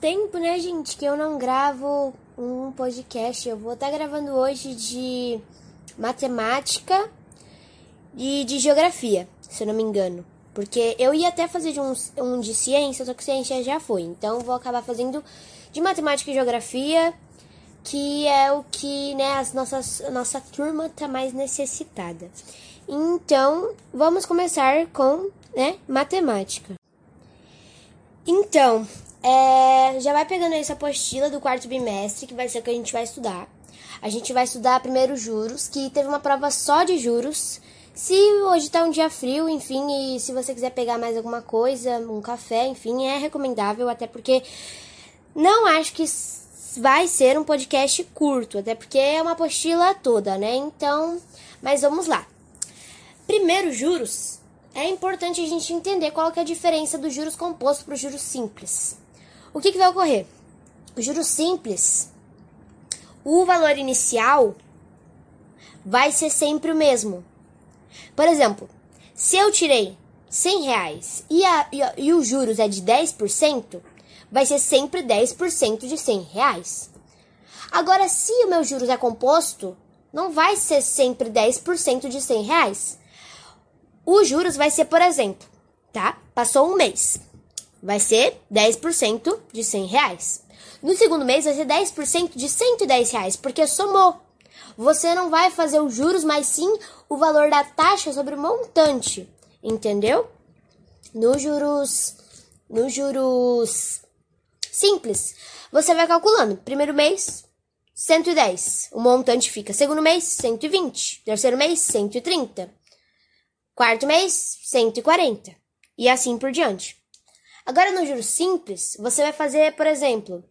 tempo, né, gente, que eu não gravo um podcast. Eu vou estar gravando hoje de matemática e de geografia, se eu não me engano. Porque eu ia até fazer um de ciência, só que ciência já foi. Então, vou acabar fazendo de matemática e geografia, que é o que, né, a nossa turma tá mais necessitada. Então, vamos começar com, né, matemática. Então, já vai pegando aí essa apostila do quarto bimestre, que vai ser o que a gente vai estudar. A gente vai estudar primeiro juros, que teve uma prova só de juros. Se hoje tá um dia frio, enfim, e se você quiser pegar mais alguma coisa, um café, enfim, é recomendável, até porque não acho que vai ser um podcast curto, até porque é uma apostila toda, né? Então, mas vamos lá. Primeiro, juros. É importante a gente entender qual que é a diferença dos juros compostos para os juros simples. O que vai ocorrer? Os juros simples, o valor inicial vai ser sempre o mesmo. Por exemplo, se eu tirei R$100 e os juros é de 10%, vai ser sempre 10% de R$100. Agora, se o meu juros é composto, não vai ser sempre 10% de R$100. Os juros vai ser, por exemplo, tá? Passou um mês, vai ser 10% de R$100. No segundo mês vai ser 10% de R$110, porque somou. Você não vai fazer os juros, mas sim o valor da taxa sobre o montante, entendeu? Nos juros simples, você vai calculando. Primeiro mês, 110, o montante fica. Segundo mês, 120. Terceiro mês, 130. Quarto mês, 140. E assim por diante. Agora, no juros simples, você vai fazer, por exemplo,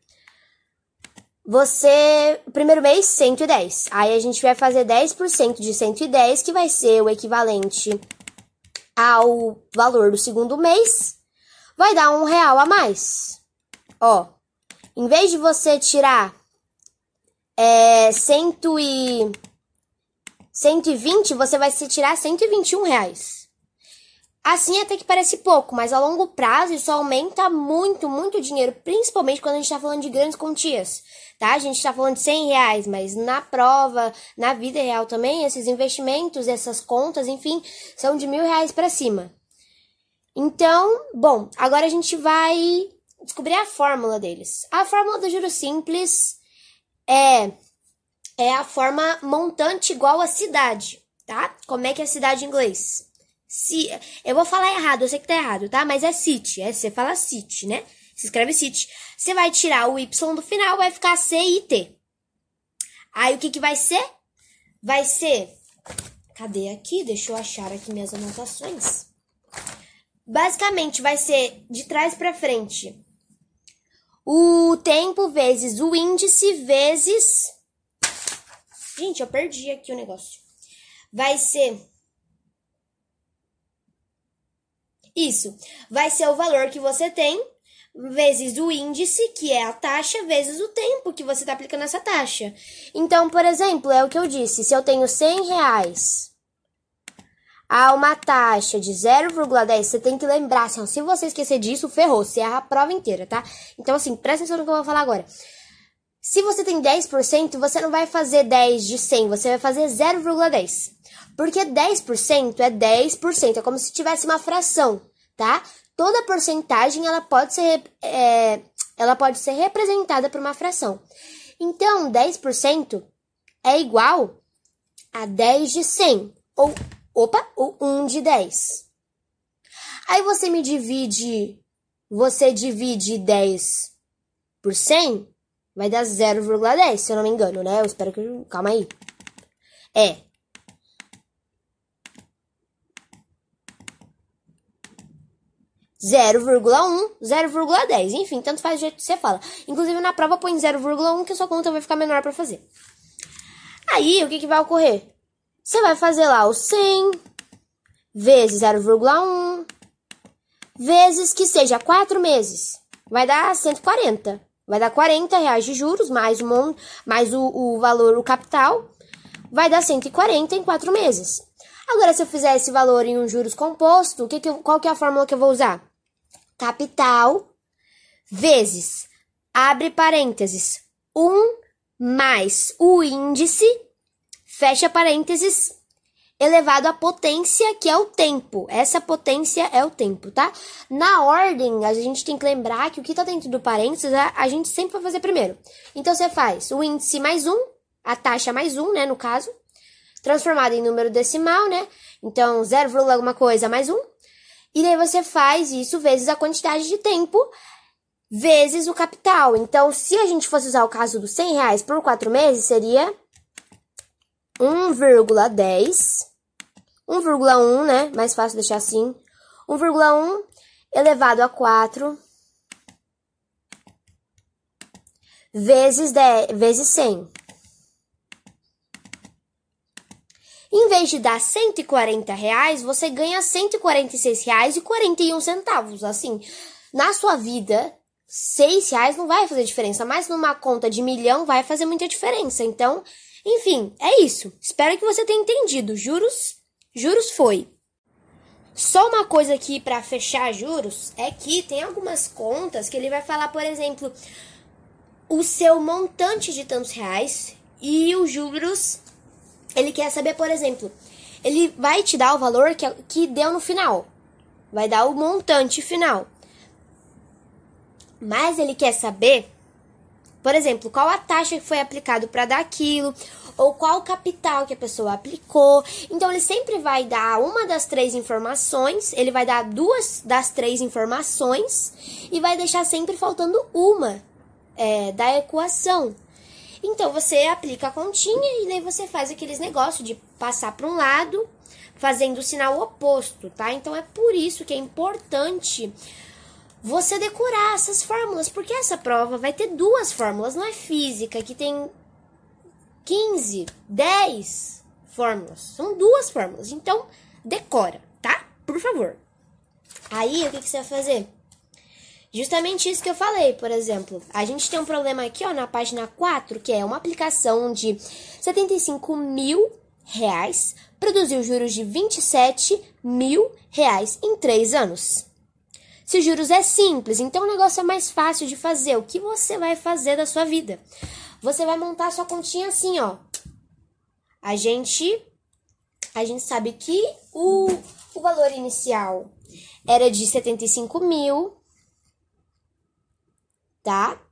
primeiro mês, 110. Aí a gente vai fazer 10% de 110, que vai ser o equivalente ao valor do segundo mês. Vai dar R$1 a mais. Ó, em vez de você tirar 120, você vai se tirar R$121. Assim até que parece pouco, mas a longo prazo isso aumenta muito, muito dinheiro, principalmente quando a gente está falando de grandes quantias, tá? A gente está falando de R$100, mas na prova, na vida real também, esses investimentos, essas contas, enfim, são de R$1.000 para cima. Então, bom, agora a gente vai descobrir a fórmula deles. A fórmula do juros simples é a forma montante igual a cidade, tá? Como é que é cidade em inglês? Eu vou falar errado, eu sei que tá errado, tá? Mas é city, você fala city, né? Se escreve city. Você vai tirar o Y do final, vai ficar CIT. Aí o que vai ser? Vai ser... Cadê aqui? Deixa eu achar aqui minhas anotações. Basicamente vai ser de trás pra frente. O tempo vezes o índice vezes... Gente, eu perdi aqui o negócio. Vai ser... Isso. Vai ser o valor que você tem, vezes o índice, que é a taxa, vezes o tempo que você está aplicando essa taxa. Então, por exemplo, é o que eu disse. Se eu tenho R$100 a uma taxa de 0,10, você tem que lembrar, assim, ó, se você esquecer disso, ferrou. Você erra a prova inteira, tá? Então, assim, presta atenção no que eu vou falar agora. Se você tem 10%, você não vai fazer 10 de 100, você vai fazer 0,10. Porque 10% é 10%, é como se tivesse uma fração, tá? Toda porcentagem, ela pode ser representada por uma fração. Então, 10% é igual a 10 de 100, ou 1 de 10. Aí você divide 10 por 100, vai dar 0,10, se eu não me engano, né? Eu espero que... Calma aí. 0,1, 0,10. Enfim, tanto faz do jeito que você fala. Inclusive, na prova, põe 0,1, que a sua conta vai ficar menor para fazer. Aí, o que vai ocorrer? Você vai fazer lá o 100 vezes 0,1 vezes que seja 4 meses. Vai dar 140. Vai dar R$40 de juros, mais o valor, o capital. Vai dar 140 em 4 meses. Agora, se eu fizer esse valor em um juros composto, qual que é a fórmula que eu vou usar? Capital vezes abre parênteses, 1 mais o índice, fecha parênteses, elevado à potência, que é o tempo. Essa potência é o tempo, tá? Na ordem, a gente tem que lembrar que o que tá dentro do parênteses, a gente sempre vai fazer primeiro. Então, você faz o índice mais 1, a taxa mais 1, né, no caso, transformado em número decimal, né? Então, 0, alguma coisa mais 1. E daí você faz isso vezes a quantidade de tempo, vezes o capital. Então, se a gente fosse usar o caso dos R$100 por 4 meses, seria 1,10, 1,1, né? Mais fácil deixar assim. 1,1 elevado a 4 vezes 100. Em vez de dar R$140, você ganha R$146,41. Assim, na sua vida, R$6 não vai fazer diferença, mas numa conta de milhão vai fazer muita diferença. Então, enfim, é isso. Espero que você tenha entendido. Juros foi. Só uma coisa aqui para fechar juros é que tem algumas contas que ele vai falar, por exemplo, o seu montante de tantos reais e os juros. Ele quer saber, por exemplo, ele vai te dar o valor que deu no final. Vai dar o montante final. Mas ele quer saber, por exemplo, qual a taxa que foi aplicada para dar aquilo, ou qual o capital que a pessoa aplicou. Então, ele sempre vai dar uma das 3 informações, ele vai dar 2 das 3 informações e vai deixar sempre faltando uma da equação. Então, você aplica a continha e daí você faz aqueles negócios de passar para um lado, fazendo o sinal oposto, tá? Então, é por isso que é importante você decorar essas fórmulas, porque essa prova vai ter 2 fórmulas, não é física, que tem 15, 10 fórmulas. São 2 fórmulas, então decora, tá? Por favor. Aí, o que você vai fazer? Justamente isso que eu falei, por exemplo, a gente tem um problema aqui, ó, na página 4, que é uma aplicação de R$75.000, produziu juros de R$27.000 em 3 anos. Se os juros é simples, então o negócio é mais fácil de fazer. O que você vai fazer da sua vida? Você vai montar a sua continha assim, ó. A gente sabe que o valor inicial era de 75.000, tá?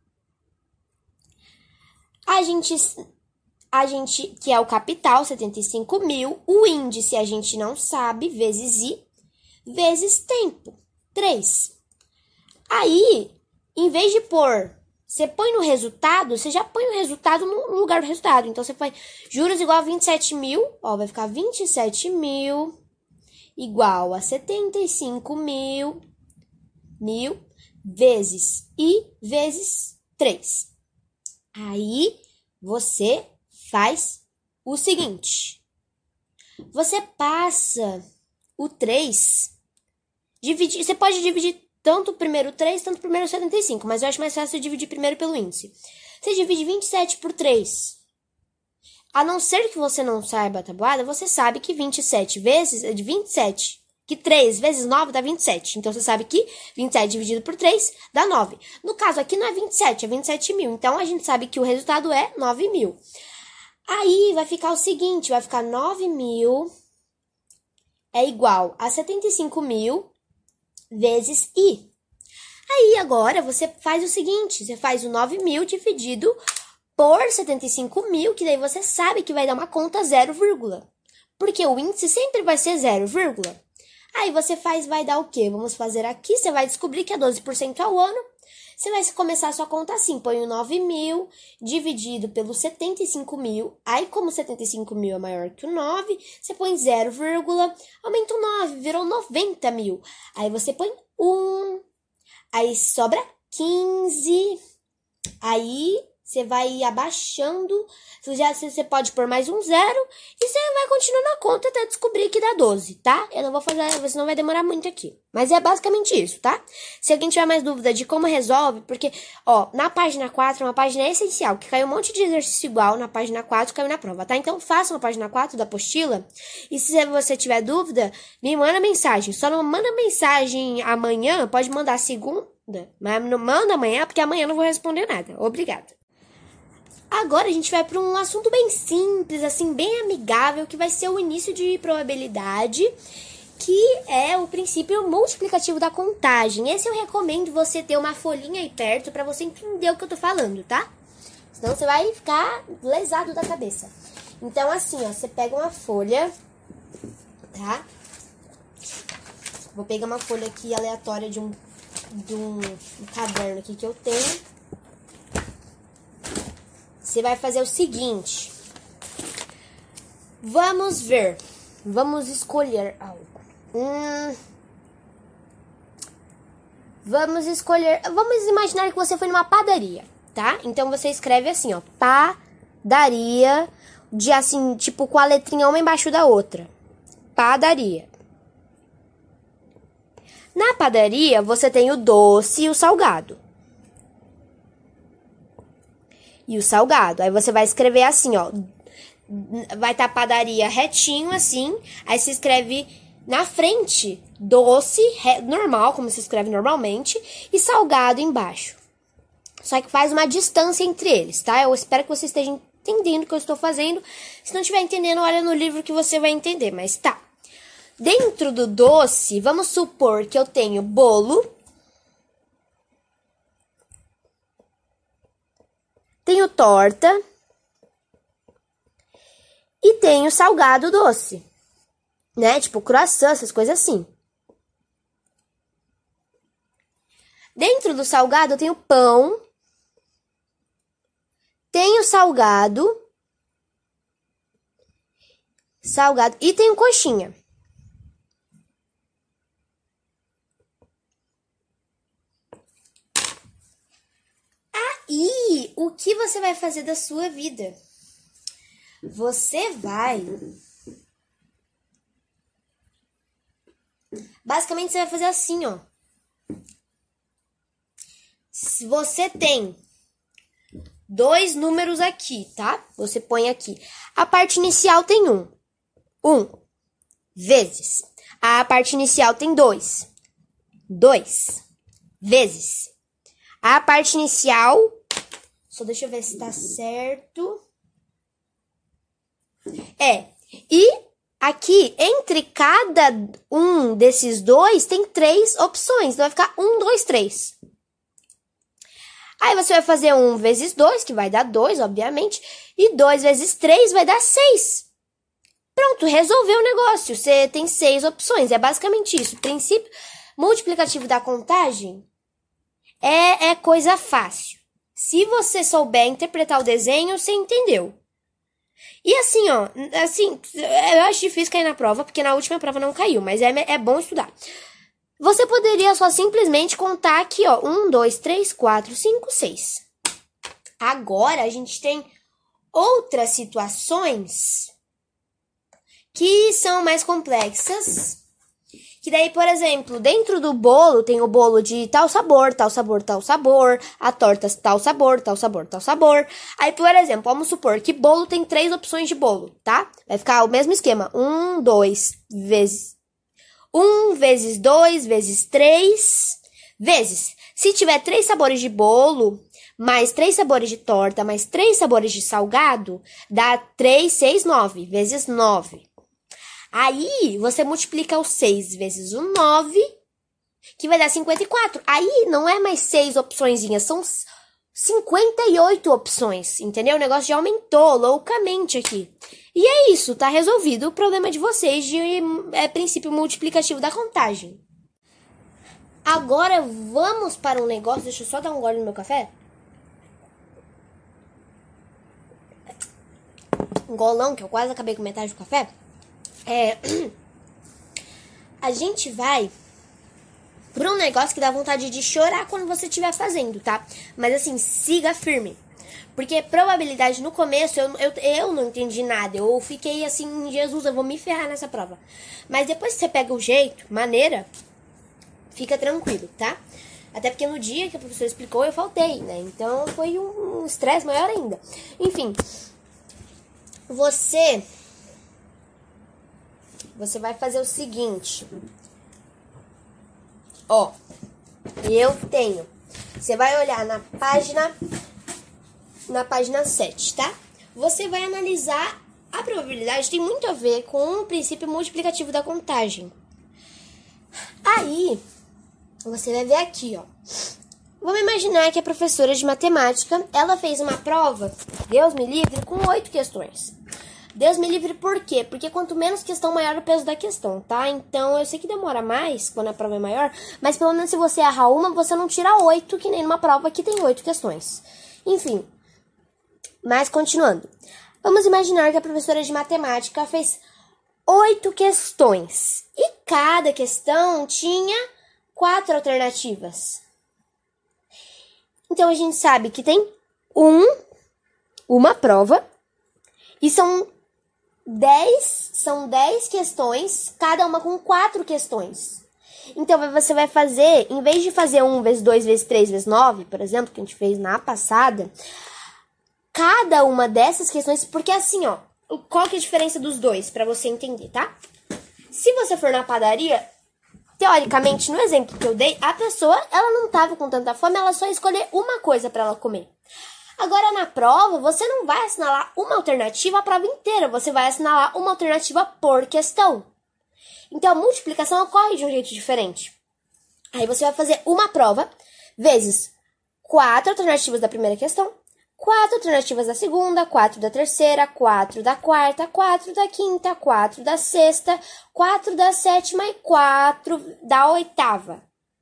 A gente, que é o capital, 75.000, o índice a gente não sabe, vezes I, vezes tempo, 3. Aí, em vez de pôr, você põe no resultado, você já põe o resultado no lugar do resultado. Então, você põe juros igual a 27.000, ó, vai ficar 27.000 igual a 75.000 vezes I vezes 3. Aí, você faz o seguinte. Você passa o 3, você pode dividir tanto o primeiro 3, tanto o primeiro 75, mas eu acho mais fácil dividir primeiro pelo índice. Você divide 27 por 3. A não ser que você não saiba a tabuada, você sabe que 27 vezes é de 27. Que 3 vezes 9 dá 27. Então, você sabe que 27 dividido por 3 dá 9. No caso aqui não é 27, é 27.000. Então, a gente sabe que o resultado é 9.000. Aí, vai ficar o seguinte, vai ficar 9.000 é igual a 75.000 vezes I. Aí, agora, você faz o seguinte, você faz o 9.000 dividido por 75.000, que daí você sabe que vai dar uma conta 0, porque o índice sempre vai ser 0, Aí você vai dar o quê? Vamos fazer aqui, você vai descobrir que é 12% ao ano. Você vai começar a sua conta assim, põe o 9.000 dividido pelo 75.000. Aí, como 75.000 é maior que o 9, você põe 0, aumenta o 9, virou 90.000. Aí você põe 1, aí sobra 15, aí Você vai abaixando, você pode pôr mais um zero e você vai continuando a conta até descobrir que dá 12, tá? Eu não vou fazer, você não vai demorar muito aqui. Mas é basicamente isso, tá? Se alguém tiver mais dúvida de como resolve, porque, ó, na página 4 é uma página essencial, que caiu um monte de exercício igual na página 4, caiu na prova, tá? Então faça na página 4 da apostila e se você tiver dúvida, me manda mensagem. Só não manda mensagem amanhã, pode mandar segunda, mas não manda amanhã, porque amanhã eu não vou responder nada. Obrigada. Agora a gente vai para um assunto bem simples, assim, bem amigável, que vai ser o início de probabilidade, que é o princípio multiplicativo da contagem. Esse eu recomendo você ter uma folhinha aí perto para você entender o que eu tô falando, tá? Senão você vai ficar lesado da cabeça. Então, assim, ó, você pega uma folha, tá? Vou pegar uma folha aqui aleatória de um caderno aqui que eu tenho. Você vai fazer o seguinte. Vamos ver. Vamos escolher algo. Vamos escolher. Vamos imaginar que você foi numa padaria, tá? Então você escreve assim, ó. Padaria. De assim, tipo, com a letrinha uma embaixo da outra. Padaria. Na padaria, você tem o doce e o salgado. E o salgado. Aí você vai escrever assim, ó. Vai estar padaria retinho, assim. Aí você escreve na frente doce, normal, como se escreve normalmente. E salgado embaixo. Só que faz uma distância entre eles, tá? Eu espero que você esteja entendendo o que eu estou fazendo. Se não estiver entendendo, olha no livro que você vai entender. Mas tá. Dentro do doce, vamos supor que eu tenho bolo. Tenho torta e tenho salgado doce, né? Tipo croissant, essas coisas assim. Dentro do salgado eu tenho pão, tenho salgado e tenho coxinha. E o que você vai fazer da sua vida? Você vai... Basicamente, você vai fazer assim, ó. Se você tem dois números aqui, tá? Você põe aqui. A parte inicial tem 1. 1 vezes. A parte inicial tem 2. 2 vezes. A parte inicial, só deixa eu ver se tá certo. E aqui, entre cada um desses dois, tem 3 opções. Então, vai ficar 1, 2, 3. Aí, você vai fazer 1 vezes 2, que vai dar 2, obviamente. E 2 vezes 3 vai dar 6. Pronto, resolveu o negócio. Você tem 6 opções. É basicamente isso. O princípio multiplicativo da contagem é coisa fácil. Se você souber interpretar o desenho, você entendeu. E assim, ó, assim, eu acho difícil cair na prova, porque na última prova não caiu, mas é bom estudar. Você poderia só simplesmente contar aqui, ó, 1, 2, 3, 4, 5, 6. Agora, a gente tem outras situações que são mais complexas. Que daí, por exemplo, dentro do bolo tem o bolo de tal sabor, tal sabor, tal sabor, a torta tal sabor, tal sabor, tal sabor. Aí, por exemplo, vamos supor que bolo tem 3 opções de bolo, tá? Vai ficar o mesmo esquema. 1, 2 vezes 1 vezes 2 vezes 3 vezes. Se tiver 3 sabores de bolo, mais 3 sabores de torta, mais 3 sabores de salgado, dá 3, 6, 9 vezes 9. Aí, você multiplica o 6 vezes o 9, que vai dar 54. Aí, não é mais 6 opçõezinhas, são 58 opções, entendeu? O negócio já aumentou loucamente aqui. E é isso, tá resolvido o problema de vocês de princípio multiplicativo da contagem. Agora, vamos para um negócio, deixa eu só dar um gole no meu café. Um golão, que eu quase acabei com metade do café. A gente vai por um negócio que dá vontade de chorar quando você estiver fazendo, tá? Mas assim, siga firme. Porque probabilidade no começo eu não entendi nada. Eu fiquei assim, Jesus, eu vou me ferrar nessa prova. Mas depois que você pega o jeito, maneira, fica tranquilo, tá? Até porque no dia que a professora explicou, eu faltei, né? Então foi um estresse maior ainda. Enfim, você vai fazer o seguinte. Ó, eu tenho. Você vai olhar na página 7, tá? Você vai analisar a probabilidade, tem muito a ver com o princípio multiplicativo da contagem. Aí, você vai ver aqui, ó. Vamos imaginar que a professora de matemática, ela fez uma prova, Deus me livre, com 8 questões. Deus me livre por quê? Porque quanto menos questão, maior o peso da questão, tá? Então, eu sei que demora mais quando a prova é maior, mas pelo menos se você errar uma, você não tira 8, que nem numa prova que tem 8 questões. Enfim, mas continuando. Vamos imaginar que a professora de matemática fez 8 questões. E cada questão tinha 4 alternativas. Então, a gente sabe que tem uma prova e são 10 questões, cada uma com 4 questões. Então, você vai fazer, em vez de fazer 1 vezes 2 vezes 3 vezes 9, por exemplo, que a gente fez na passada, cada uma dessas questões, porque assim, ó, qual que é a diferença dos dois, pra você entender, tá? Se você for na padaria, teoricamente, no exemplo que eu dei, a pessoa, ela não tava com tanta fome, ela só ia escolher uma coisa pra ela comer. Agora, na prova, você não vai assinalar uma alternativa a prova inteira, você vai assinalar uma alternativa por questão. Então, a multiplicação ocorre de um jeito diferente. Aí, você vai fazer uma prova vezes 4 alternativas da primeira questão, 4 alternativas da segunda, 4 da terceira, 4 da quarta, 4 da quinta, 4 da sexta, 4 da sétima e 4 da oitava.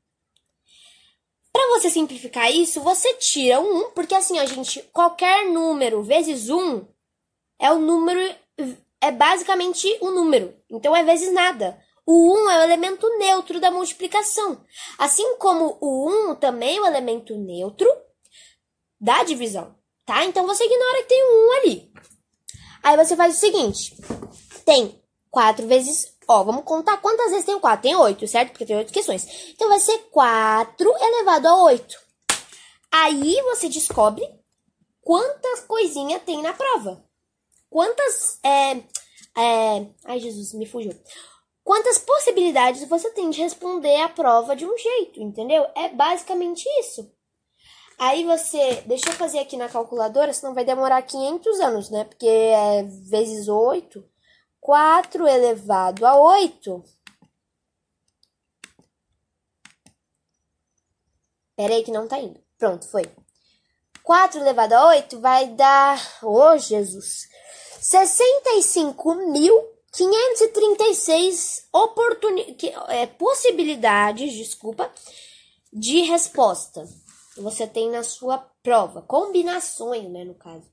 Para você simplificar isso, você tira o 1, porque assim, ó, gente, qualquer número vezes 1 é o número, é basicamente o número. Então, é vezes nada. O 1 é o elemento neutro da multiplicação. Assim como o 1 também é o elemento neutro da divisão, tá? Então, você ignora que tem um 1 ali. Aí, você faz o seguinte. Tem 4 vezes... Ó, vamos contar quantas vezes tem o 4. Tem 8, certo? Porque tem 8 questões. Então, vai ser 4 elevado a 8. Aí, você descobre quantas coisinhas tem na prova. Quantas... Ai, Jesus, me fugiu. Quantas possibilidades você tem de responder a prova de um jeito, entendeu? É basicamente isso. Aí você... Deixa eu fazer aqui na calculadora, senão vai demorar 500 anos, né? Porque é vezes 8... 4 elevado a 8. Pera aí que não tá indo. Pronto, foi. 4 elevado a 8 vai dar... Ô, Jesus! 65.536 possibilidades, de resposta. Você tem na sua prova. Combinações, né, no caso.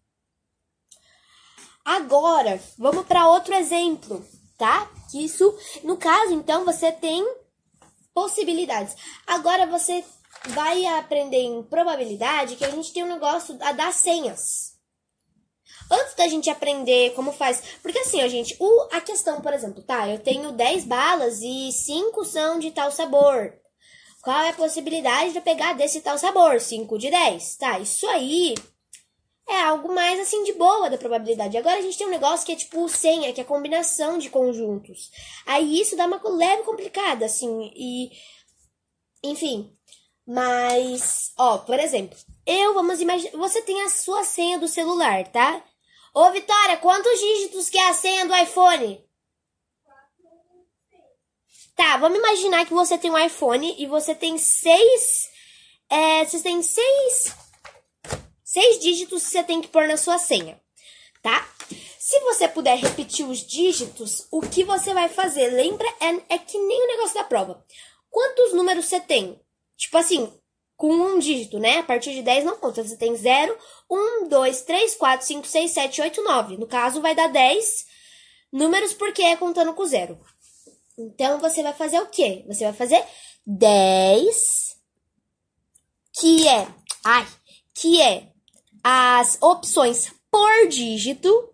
Agora, vamos para outro exemplo, tá? Isso, no caso, então, você tem possibilidades. Agora, você vai aprender em probabilidade que a gente tem um negócio das senhas. Antes da gente aprender como faz... Porque assim, ó, gente, a questão, por exemplo, tá? Eu tenho 10 balas e 5 são de tal sabor. Qual é a possibilidade de eu pegar desse tal sabor? 5 de 10, tá? Isso aí... é algo mais, assim, de boa da probabilidade. Agora a gente tem um negócio que é tipo senha, que é combinação de conjuntos. Aí isso dá uma leve complicada, assim, e... Enfim, mas... Ó, por exemplo, vamos imaginar... Você tem a sua senha do celular, tá? Ô, Vitória, quantos dígitos que é a senha do iPhone? Tá, vamos imaginar que você tem um iPhone e você tem 6... Você tem 6 dígitos que você tem que pôr na sua senha, tá? Se você puder repetir os dígitos, o que você vai fazer? Lembra? É que nem o negócio da prova. Quantos números você tem? Tipo assim, com um dígito, né? A partir de 10 não conta. Você tem 0, 1, 2, 3, 4, 5, 6, 7, 8, 9. No caso, vai dar 10 números porque é contando com 0. Então, você vai fazer o quê? Você vai fazer 10, que é as opções por dígito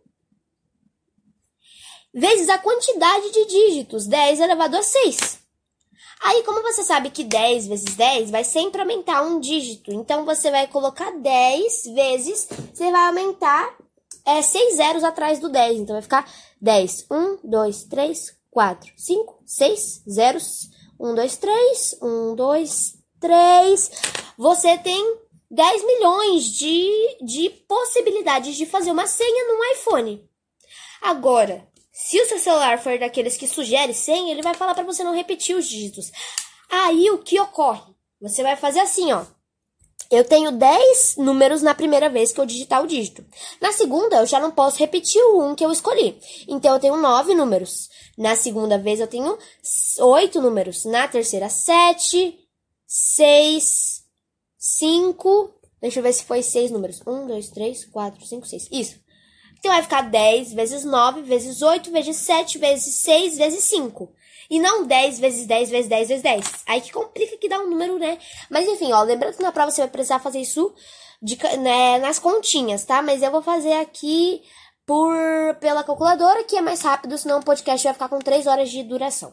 vezes a quantidade de dígitos, 10 elevado a 6. Aí, como você sabe que 10 vezes 10 vai sempre aumentar um dígito, então você vai colocar 10 vezes, você vai aumentar 6 zeros atrás do 10, então vai ficar 10. 1, 2, 3, 4, 5, 6 zeros. 1, 2, 3, 1, 2, 3. Você tem 10 milhões de possibilidades de fazer uma senha no iPhone. Agora, se o seu celular for daqueles que sugere senha, ele vai falar para você não repetir os dígitos. Aí, o que ocorre? Você vai fazer assim, ó. Eu tenho 10 números na primeira vez que eu digitar o dígito. Na segunda, eu já não posso repetir o 1 que eu escolhi. Então, eu tenho 9 números. Na segunda vez, eu tenho 8 números. Na terceira, 7, 6, 5. Deixa eu ver se foi 6 números. 1, 2, 3, 4, 5, 6. Isso. Então, vai ficar 10 vezes 9, vezes 8, vezes 7, vezes 6, vezes 5. E não 10 vezes 10, vezes 10, vezes 10. Aí que complica que dá um número, né? Mas, enfim, ó, lembrando que na prova você vai precisar fazer isso nas continhas, tá? Mas eu vou fazer aqui pela calculadora, que é mais rápido, senão o podcast vai ficar com 3 horas de duração.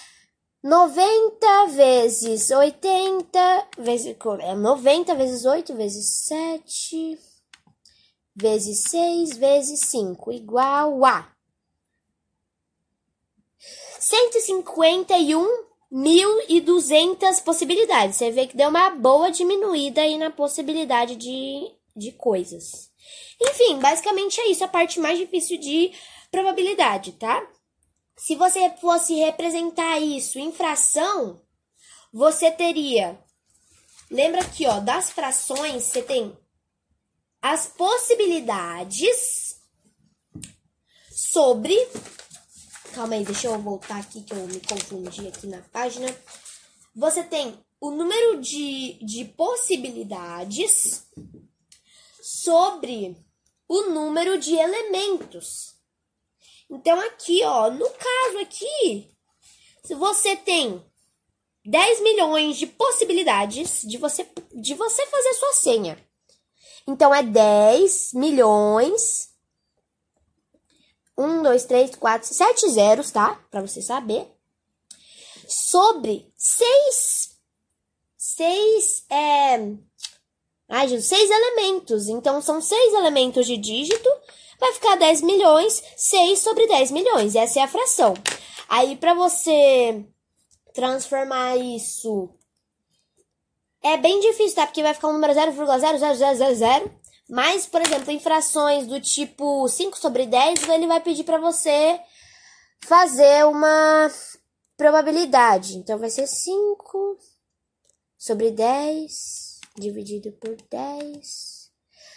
90 vezes 80, 90 vezes 8, vezes 7... vezes 6, vezes 5, igual a 151.200 possibilidades. Você vê que deu uma boa diminuída aí na possibilidade de coisas. Enfim, basicamente é isso, a parte mais difícil de probabilidade, tá? Se você fosse representar isso em fração, você teria... Lembra aqui, ó, das frações, você tem as possibilidades sobre... Calma aí, deixa eu voltar aqui que eu me confundi aqui na página. Você tem o número de possibilidades sobre o número de elementos. Então, aqui, ó, no caso aqui, se você tem 10 milhões de possibilidades de você fazer sua senha. Então, é 10 milhões, 1, 2, 3, 4, 7 zeros, tá? Pra você saber. Sobre 6 elementos. Então, são 6 elementos de dígito. Vai ficar 10 milhões, 6 sobre 10 milhões. Essa é a fração. Aí, pra você transformar isso... É bem difícil, tá? Porque vai ficar um número 0,00000. Mas, por exemplo, em frações do tipo 5 sobre 10, ele vai pedir pra você fazer uma probabilidade. Então, vai ser 5 sobre 10 dividido por 10.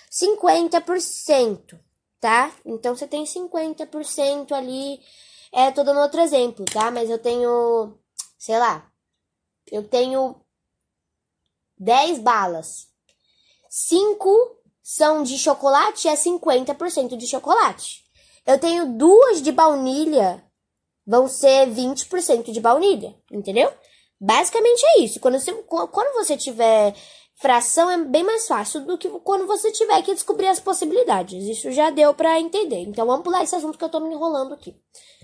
50%, tá? Então, você tem 50% ali. Tô dando outro exemplo, tá? Mas eu tenho, sei lá, eu tenho 10 balas. 5 são de chocolate, é 50% de chocolate. Eu tenho 2 de baunilha, vão ser 20% de baunilha, entendeu? Basicamente é isso. Quando você tiver fração, é bem mais fácil do que quando você tiver que descobrir as possibilidades. Isso já deu pra entender. Então, vamos pular esse assunto que eu tô me enrolando aqui.